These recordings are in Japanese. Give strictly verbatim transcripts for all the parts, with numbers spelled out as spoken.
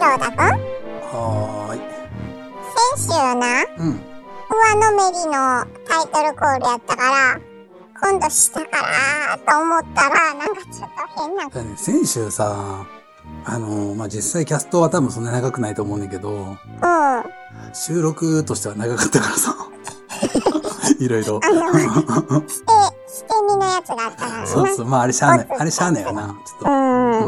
翔太くん、 はーい。 先週な、 うん。 上のめりのタイトルコールやったから、今度したからと思ったら、なんかちょっと変な。 だね、先週さ、あのー、まあ、実際キャストは多分そんな長くないと思うねんだけど、 うん。 収録としては長かったからさ。いろいろ。 あの、捨て、捨て身のやつがあったからな。 そうそう、まああれしゃあない、あれしゃあないよな、ちょっと。 うん。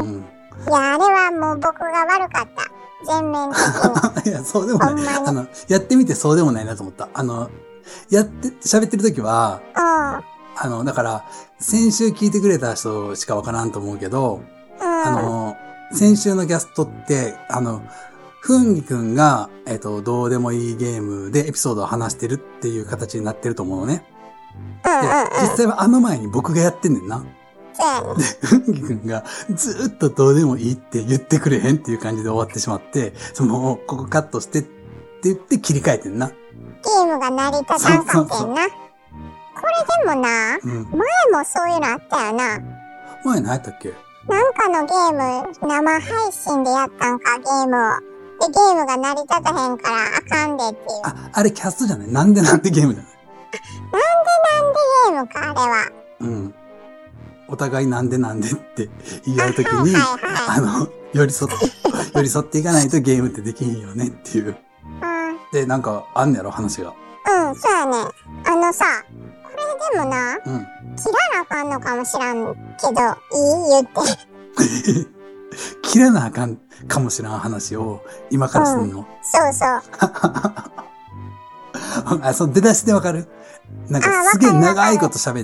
うん。 いや、あれはもう僕が悪かった。全面的に。 いや、そうでもない。あの、やってみてそうでもないなと思った。あの、やって、喋ってる時は、 うん。あの、だから、先週聞いてくれた人しかわからんと思うけど、 うん。 あの、先週のキャストって、あの、ふんぎくんが、えっと、どうでもいいゲームでエピソードを話してるっていう形になってると思うのね。 うんうんうん。 で、実際はあの前に僕がやってんねんな。 そうやね。 で、ふんぎくんがずーっとどうでもいいって言ってくれへんっていう感じで終わってしまって、その、もうここカットしてって言って切り替えてんな。 ゲームが成り立たんかってんな。これでもな、 うん。 前もそういうのあったよな。 前何やったっけ？ なんかのゲーム、生配信でやったんか、ゲームを。で、ゲームが成り立たへんからあかんでっていう。 あ、あれキャストじゃない？なんでなんでゲームじゃない？ なんでなんでゲームか、あれは。 うん。お互いなんでなんでって言い合うときに、 あはいはいはいあの、寄り添って、寄り添っていかないとゲームってできんよねっていう。 うんで、なんか、あんねやろ、話が。 うん、そうやね。あのさ、これでもな、 うん。 切らなあかんのかもしらんけど、いい言って。 切らなあかんかもしらん話を今からすんの。 そうそう。 あ、その出だしでわかる？なんかすげえ長いこと喋って、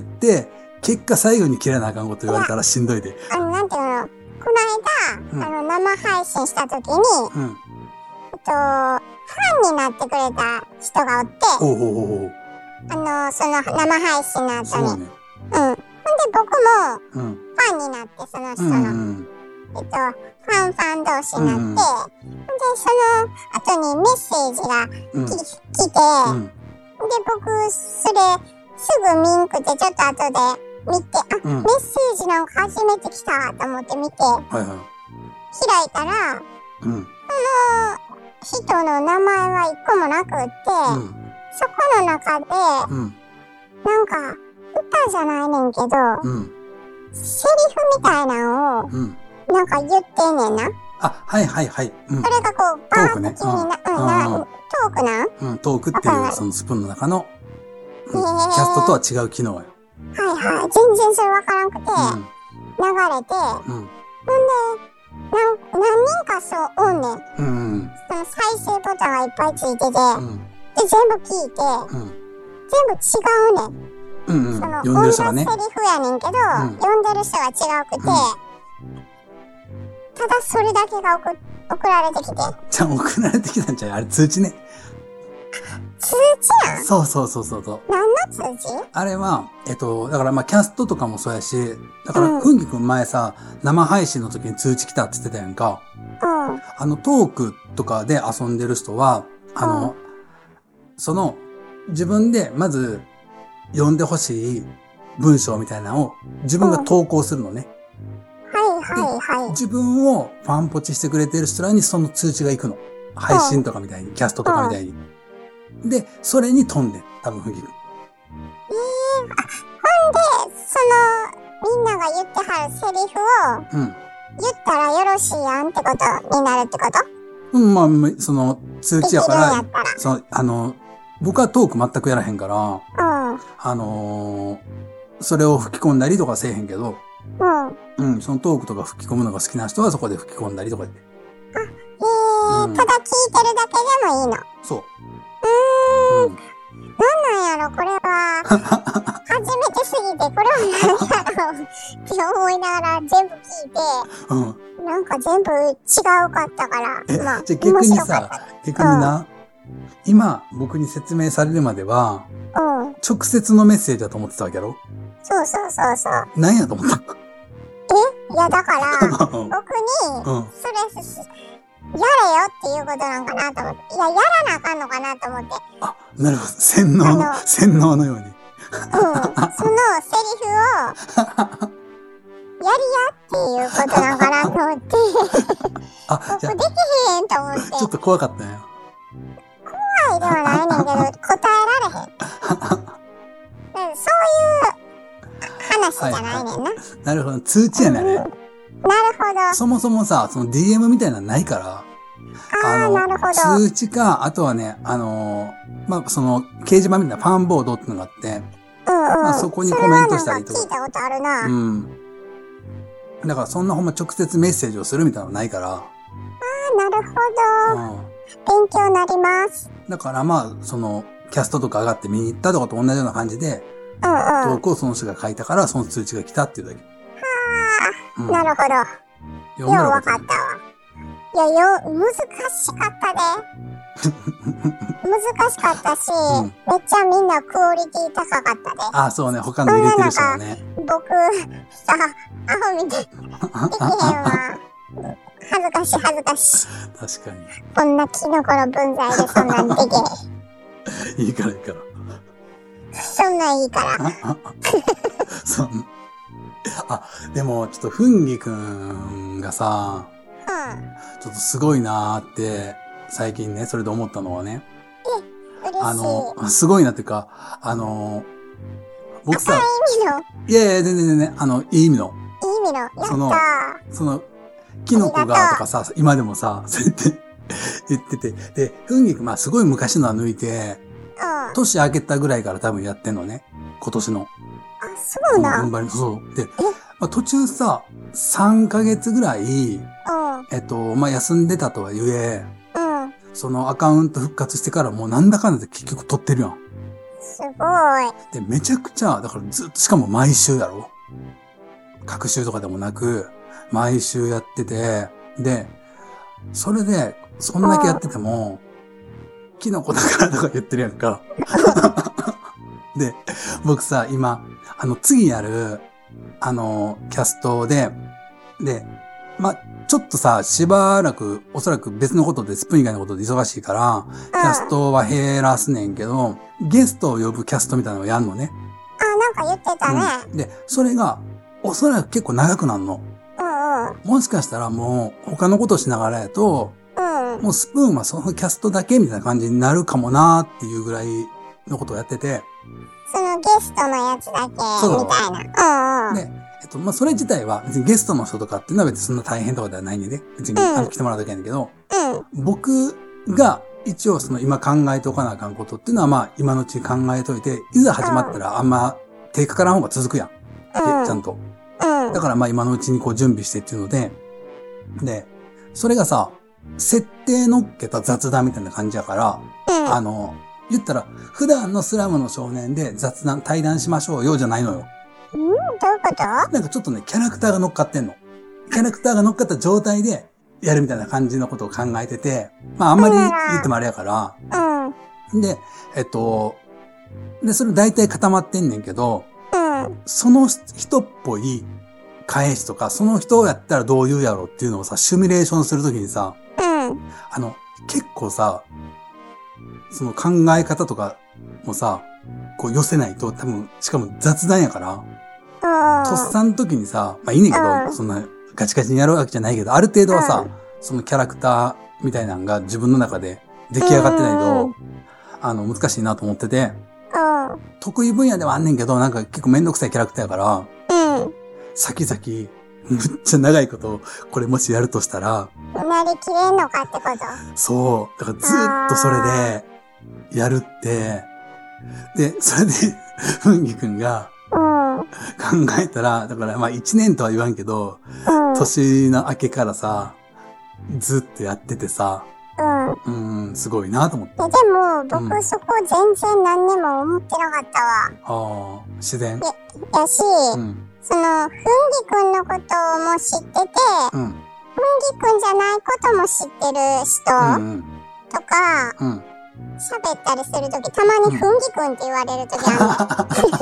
結果最後に切らなあかんこと言われたらしんどいで。 あの、なんていうの、この間、 うんあの、生配信した時に、 うん。 えっと、ファンになってくれた人がおって、 ほうほうほうほう。 あの、その生配信の後に。 そうね。 うん。ほんで僕もうん。 ファンになって、その人うの、 ん。 えっと、ファンファン同士になって、 うんうんで、その後にメッセージがうん。 き来て、 うん。 で、僕、それ、すぐ見んくて、ちょっと後で見て、あ、 うんメッセージなんか初めて来たと思って見て、 はいはい。 開いたら、 うん。 人の名前は一個もなくって、 うん。 そこの中で、 うん。 なんか、歌じゃないねんけど、 うん。 セリフみたいなのを、 うん。 なんか言ってんねんな。 あ、はいはいはい。うんそ。れがこう、バーッと気にな、 トークねうん、 うんな、 うんトークなんうん。トークっていうそのスプーンの中の、うん、キへーャストとは違う機能よ。 はいはい。全然それわからんくて、流れて、 うん。うん。 なん、何人かそうおんねん。 うん。 その再生ボタンがいっぱいついてて、 うん。 で、全部聞いて、 うん。 全部違うねん。 うん。うん。 その、 呼んでる人がね同。じセリフやねんけど、 ん呼んでる人が違くて、ただそれだけが送送られてきて、 じゃあ送られてきたんちゃう？あれ通知ね。 通知やん。 そうそうそうそうそう。 何の通知？ あれは、えっと、だからまあキャストとかもそうやし、だかうんら、ふんぎくん前さ、生配信の時に通知来たって言ってたやんか。 うん。 あのトークとかで遊んでる人は、あの、 うんその、自分でまず読んでほしい文章みたいなのを自分が投稿するのね。 はいはいはい。 自分をファンポチしてくれてる人らにその通知が行くの。配信とかみたいに、キャストとかみたいに。で、それに飛んでん。多分、ふぎくん。 えー、ほんで、その、みんなが言ってはるセリフをうん。 言ったらよろしいやんってことになるってこと？ うん、まあ、その、通知やかできるんやらったら、 その、あの、僕はトーク全くやらへんから、 うん。 あのーそれを吹き込んだりとかせえへんけど、 うん。 うん、そのトークとか吹き込むのが好きな人はそこで吹き込んだりとか言って。 えー、 うんただ聞いてるだけでもいいの。 そう。 うーん。 うん。 なんなんやろ、これは。初めてすぎて、これは何やろって思いながら全部聞いて、 うん。 なんか全部違うかったから。 え、 まあ、 じゃあ逆に面白かっさ、逆にな、今僕に説明されるまでは、 た。うん。 直接のメッセージだと思ってたわけやろ？ そうそうそうそう。 何やと思った？ えいや、だから、僕に、 うん。 それ、すやれよっていうことなんかなと思って。いや、やらなあかんのかなと思って。 あ、なるほど。洗脳のあの、 洗脳のように。 うん。そのセリフを、やりやっていうことなんかなと思って。 あ、じゃ僕できへんと怖かったんや。 怖いではないねんけど、答えられへん。そういう話じゃないねんな。はいはい、 なるほど。通知やね、あれ。 なるほど。 そもそもさ、その ディーエム みたいなのないから。 ああ、なるほど。 通知か、あとはね、あのー、まあ、その、掲示板みたいなファンボードってのがあって、 うんうん。 まあ、そこにコメントしたりとか。 聞いたことあるな。 うん。だからそんなほんま直接メッセージをするみたいなのないから。 ああ、なるほど。うん。勉強になります。 だからまあ、その、キャストとか上がって見に行ったとかと同じような感じで、 うんうん。 投稿をその人が書いたから、その通知が来たっていうだけ。はあ、うん、なるほど。ようわかったわ。いや、よ、難しかったで。難しかったし、うん、めっちゃみんなクオリティ高かったで。 ああ、そうね。他の入れてる人もね。 僕、さ、アホみたい。できへんわ。恥ずかしい恥ずかしい。 確かに。 こんなキノコの分際でそんなんできへん。いいからいいから。 そんなんいいから。 そんあ、でも、ちょっと、ふんぎくんがさ、うん、ちょっとすごいなーって、最近ね、それで思ったのはね。 え、嬉しい。 あの、すごいなっていうか、あの、僕さ、 いい意味のいやいや、全然全然、あの、いい意味の。 いい意味の。やったー。 その、その、キノコがとかさ、今でもさ、そうやって言ってて、で、ふんぎくん、まあすごい昔のは抜いて、うん、年明けたぐらいから多分やってんのね。今年の。 あ、そうなん。 頑張り、そう。で、まあ、途中さ、さんかげつぐらい、うん、えっと、まあ、休んでたとはいえ、うん、そのアカウント復活してからもうなんだかんだで結局撮ってるやん。 すごい。 で、めちゃくちゃ、だからずっと、しかも毎週やろ？隔週とかでもなく、毎週やってて、で、それで、そんだけやってても、キノコだからとか言ってるやんか。で、僕さ、今、あの、次やる、あの、キャストで、で、ま、ちょっとさ、しばらく、おそらく別のことで、スプーン以外のことで忙しいから、キャストは減らすねんけど、ゲストを呼ぶキャストみたいなのをやんのね。 あ、なんか言ってたね。 うん、で、それが、おそらく結構長くなるの。 うんうん。 もしかしたらもう、他のことをしながらやと、うん、もうスプーンはそのキャストだけみたいな感じになるかもなーっていうぐらいのことをやってて。 そのゲストのやつだけ、みたいな。うんうん。 で、えっと、まあ、それ自体は別にゲストの人とかっていうのは別にそんな大変とかではないんでね。別に、うん、あの来てもらうだけなんだけど、うん、僕が一応その今考えておかなあかんことっていうのはまあ今のうちに考えといて、いざ始まったらあんま手かからん方が続くやん。うん、ちゃんと。うん、だからまあ今のうちにこう準備してっていうので、で、それがさ、設定乗っけた雑談みたいな感じやから、うん、あの、言ったら、普段のスラムの少年で雑談、対談しましょうよじゃないのよ。 うん、どういうこと？ なんかちょっとね、キャラクターが乗っかってんの。キャラクターが乗っかった状態でやるみたいな感じのことを考えてて、まああんまり言ってもあれやから、うん。で、えっと、で、それ大体固まってんねんけど、うん。その人っぽい返しとか、その人やったらどう言うやろっていうのをさ、シミュレーションするときにさ、うん。あの、結構さ、その考え方とかもさ、こう寄せないと多分、しかも雑談やから、とっさの時にさ、まあいいねんけど、そんなガチガチにやるわけじゃないけど、ある程度はさ、そのキャラクターみたいなのが自分の中で出来上がってないと、あの、難しいなと思ってて、得意分野ではあんねんけど、なんか結構めんどくさいキャラクターやから、先々、むっちゃ長いことをこれもしやるとしたら、 なりきれんのかってこと？ そう。だからずっとそれでやるって、で、それで、ふんぎくんが考えたら、だからまあ一年とは言わんけど、うん、年の明けからさ、ずっとやっててさ、うん、うん、すごいなと思って。 でも、僕、うん、そこ全然何にも思ってなかったわ。 ああ、自然。 や、やし、うん、その、ふんぎくんのことも知ってて、うん、ふんぎくんじゃないことも知ってる人とか、うんうん喋ったりするとき、たまにふんぎくんって言われるときあるの。だ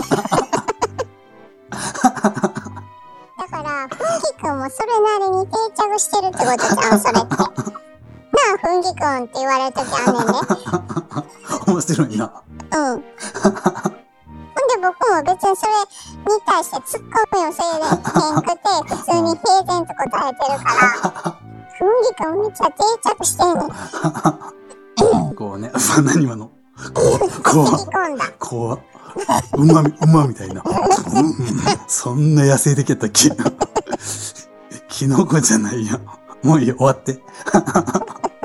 から、ふんぎくんもそれなりに定着してるってことじゃん、それって。なあ、ふんぎくんって言われるときあんねんね。 面白いな。 うん。ほんで僕も別にそれに対して突っ込みをせえへんくて、普通に平然と答えてるから、ふふんぎくんめっちゃ定着してんねん。 こうね、何今の。こう、こう、こう、うまみ、うまみたいな。うん、そんな野生的やったっけキノコじゃないよ。もういいよ、終わって。 あ、もう、終わ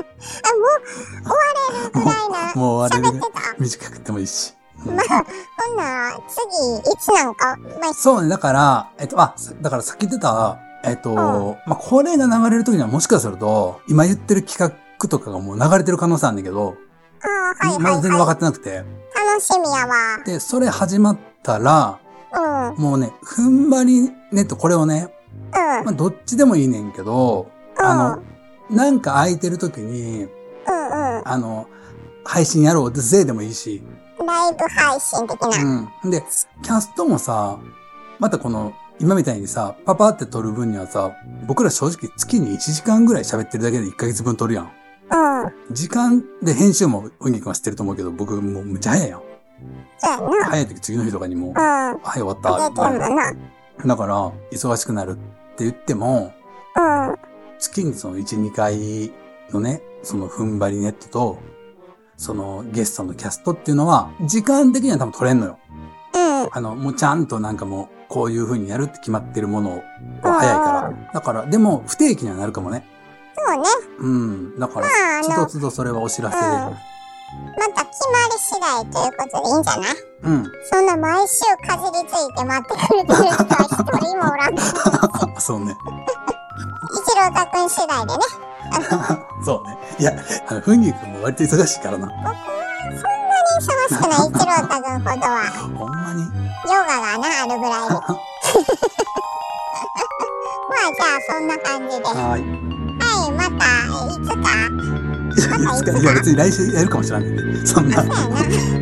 れるぐらいな。 もう終われる。短くてもいいし。 うん、まあ、ほんなら、次、いつなんか、まあ、 そうね、だから、えっと、あ、だからさっき言ってた、えっと、うん、まあ、これが流れるときにはもしかすると、今言ってる企画とかがもう流れてる可能性あるんだけど、 ああ、はいはい、はい。 まだ全然分かってなくて。 楽しみやわ。 で、それ始まったら、 うん、 もうね、踏ん張りネット、これをね、 うん、 まあ、どっちでもいいねんけど、 うん、 あの、なんか空いてるときに、 うんうん、 あの、配信やろうってぜでもいいし。 ライブ配信的な。 うん。で、キャストもさ、またこの、今みたいにさ、パパって撮る分にはさ、僕ら正直月にいちじかんぐらい喋ってるだけでいっかげつぶん撮るやん。 うん。 時間で編集も、うぎくんは知ってると思うけど、僕もうめっちゃ早いやん。 そうやな。 早い時次の日とかにも、うん。 はい、 終わった。だから、忙しくなるって言っても、 うん。 月にそのいち、にかいのね、その踏ん張りネットと、そのゲストのキャストっていうのは、時間的には多分取れんのよ。 うん。 あの、もうちゃんとなんかもう、こういう風にやるって決まってるものは早いから。だから、でも、不定期にはなるかもね。 そうね。 うん。だから、つどつどそれはお知らせで。うん、 また決まり次第ということでいいんじゃない？ うん。 そんな毎週かじりついて待ってくれてる人は一人もおらんと。 そうね。 一郎太くん次第でね。 そうね。いや、あの、ふんぎくんも割と忙しいからな。 僕はそんなに忙しくない、一郎太くんほどは。 ほんまに？ ヨガがな、あるぐらいで。まあ、じゃあ、そんな感じで。 はい。 はい、また、いつか。 いつか、いや別に来週やるかもしれないんで、そんな。 そうやな。